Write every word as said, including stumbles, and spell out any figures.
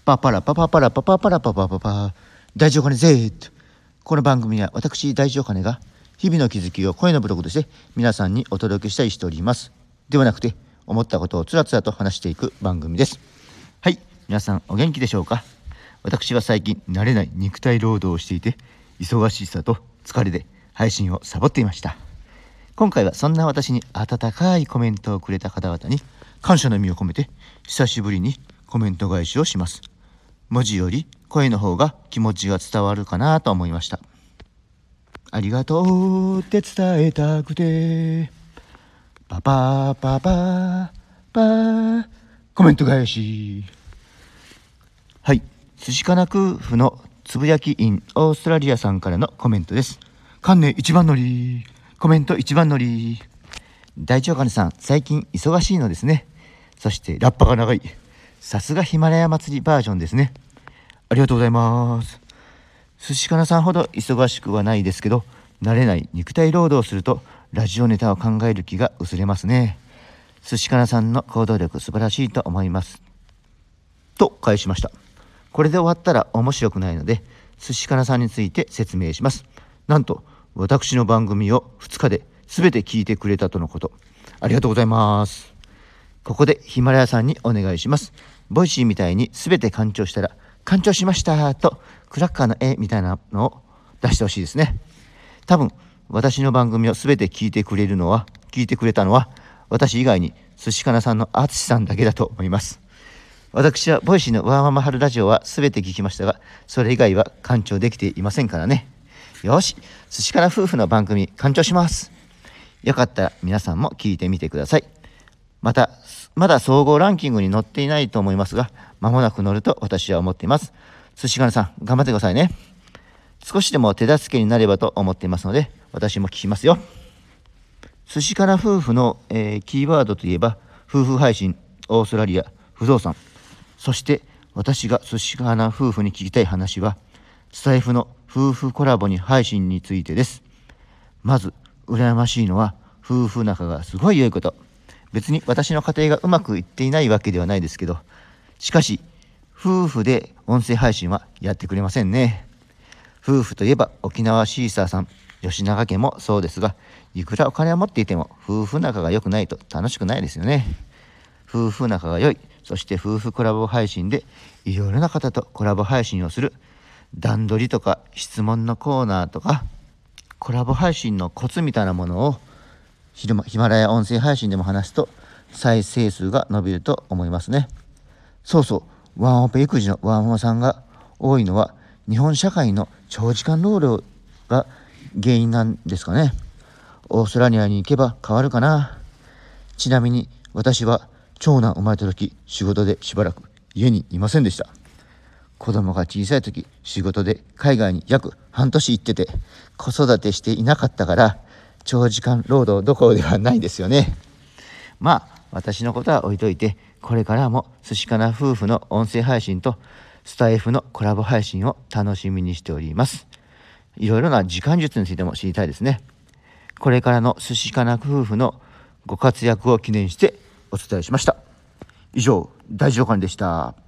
パパラパパパラパパパラパパパパ大丈夫かね Z。 この番組は私大丈夫かねが日々の気づきを声のブログとして皆さんにお届けしたりしております。ではなくて思ったことをつらつらと話していく番組です。はい、皆さんお元気でしょうか。私は最近慣れない肉体労働をしていて忙しさと疲れで配信をサボっていました。今回はそんな私に温かいコメントをくれた方々に感謝の意味を込めて久しぶりにコメント返しをします。文字より声の方が気持ちが伝わるかなと思いました。ありがとうって伝えたくてパパパパパコメント返し。はい、寿司かな夫婦のつぶやき in オーストラリアさんからのコメントです。関連一番乗りコメント一番乗り。大長金さん、最近忙しいのですね。そしてラッパが長い。さすがヒマラヤ祭りバージョンですね。ありがとうございます。寿司かなさんほど忙しくはないですけど、慣れない肉体労働をするとラジオネタを考える気が薄れますね。寿司かなさんの行動力素晴らしいと思いますと返しました。これで終わったら面白くないので寿司かなさんについて説明します。なんと私の番組をふつかで全て聞いてくれたとのこと。ありがとうございます。ここでヒマラヤさんにお願いします。ボイシーみたいに全て完聴したら完聴しましたとクラッカーの絵みたいなのを出してほしいですね。多分私の番組を全て聞いてくれるのは聞いてくれたのは私以外に寿司かなさんのあつしさんだけだと思います。私はボイシーのワーママハルラジオは全て聞きましたが、それ以外は完聴できていませんからね。よし、寿司かな夫婦の番組完聴します。よかったら皆さんも聞いてみてください。またまだ総合ランキングに載っていないと思いますが、間もなく載ると私は思っています。寿司かなさん頑張ってくださいね。少しでも手助けになればと思っていますので私も聞きますよ。寿司かな夫婦の、えー、キーワードといえば夫婦配信、オーストラリア、不動産。そして私が寿司かな夫婦に聞きたい話はスタイフの夫婦コラボに配信についてです。まず羨ましいのは夫婦仲がすごい良いこと。別に私の家庭がうまくいっていないわけではないですけど、しかし夫婦で音声配信はやってくれませんね。夫婦といえば沖縄シーサーさん、吉永家もそうですが、いくらお金を持っていても夫婦仲が良くないと楽しくないですよね。夫婦仲が良い、そして夫婦コラボ配信でいろいろな方とコラボ配信をする、段取りとか質問のコーナーとかコラボ配信のコツみたいなものをヒマラヤ音声配信でも話すと再生数が伸びると思いますね。そうそう、ワンオペ育児のワンママさんが多いのは日本社会の長時間労働が原因なんですかね。オーストラリアに行けば変わるかな。ちなみに私は長男生まれた時仕事でしばらく家にいませんでした。子供が小さい時仕事で海外に約半年行ってて子育てしていなかったから長時間労働どころではないですよね。まあ私のことは置いといて、これからも寿司かな夫婦の音声配信とスタイフのコラボ配信を楽しみにしております。いろいろな時間術についても知りたいですね。これからの寿司かな夫婦のご活躍を記念してお伝えしました。以上、大丈官でした。